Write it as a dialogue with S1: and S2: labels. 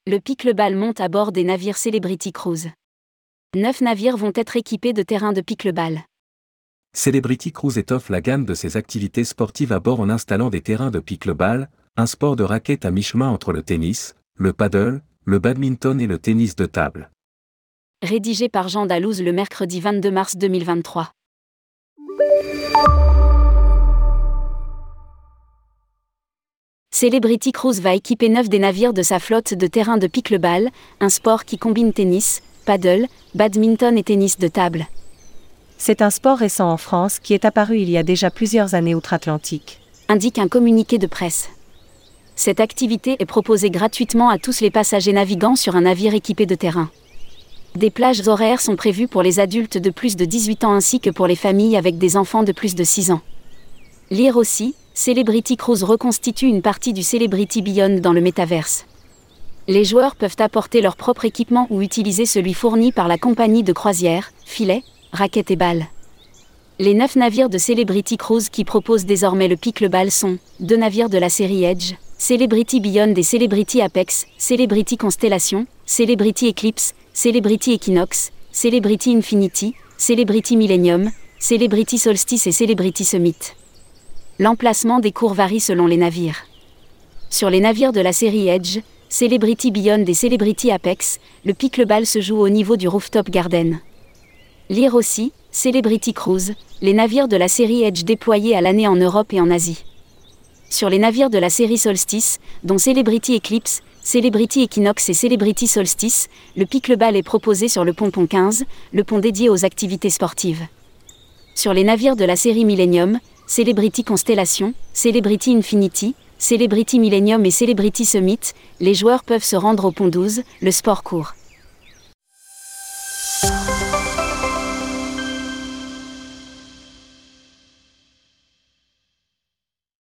S1: Le pickleball monte à bord des navires Celebrity Cruise. 9 navires vont être équipés de terrains de pickleball.
S2: Celebrity Cruise étoffe la gamme de ses activités sportives à bord en installant des terrains de pickleball, un sport de raquette à mi-chemin entre le tennis, le paddle, le badminton et le tennis de table.
S1: Rédigé par Jean Dalouse le mercredi 22 mars 2023. Celebrity Cruise va équiper 9 des navires de sa flotte de terrains de pickleball, un sport qui combine tennis, paddle, badminton et tennis de table.
S3: C'est un sport récent en France qui est apparu il y a déjà plusieurs années outre-Atlantique,
S1: indique un communiqué de presse. Cette activité est proposée gratuitement à tous les passagers navigant sur un navire équipé de terrain. Des plages horaires sont prévues pour les adultes de plus de 18 ans ainsi que pour les familles avec des enfants de plus de 6 ans. Lire aussi, Celebrity Cruise reconstitue une partie du Celebrity Beyond dans le métaverse. Les joueurs peuvent apporter leur propre équipement ou utiliser celui fourni par la compagnie de croisière, filets, raquettes et balles. Les 9 navires de Celebrity Cruise qui proposent désormais le pickleball sont 2 navires de la série Edge, Celebrity Beyond et Celebrity Apex, Celebrity Constellation, Celebrity Eclipse, Celebrity Equinox, Celebrity Infinity, Celebrity Millennium, Celebrity Solstice et Celebrity Summit. L'emplacement des cours varie selon les navires. Sur les navires de la série Edge, Celebrity Beyond et Celebrity Apex, le pickleball se joue au niveau du rooftop garden. Lire aussi, Celebrity Cruise, les navires de la série Edge déployés à l'année en Europe et en Asie. Sur les navires de la série Solstice, dont Celebrity Eclipse, Celebrity Equinox et Celebrity Solstice, le pickleball est proposé sur le pont 15, le pont dédié aux activités sportives. Sur les navires de la série Millennium, Celebrity Constellation, Celebrity Infinity, Celebrity Millennium et Celebrity Summit, les joueurs peuvent se rendre au pont 12, le sport court.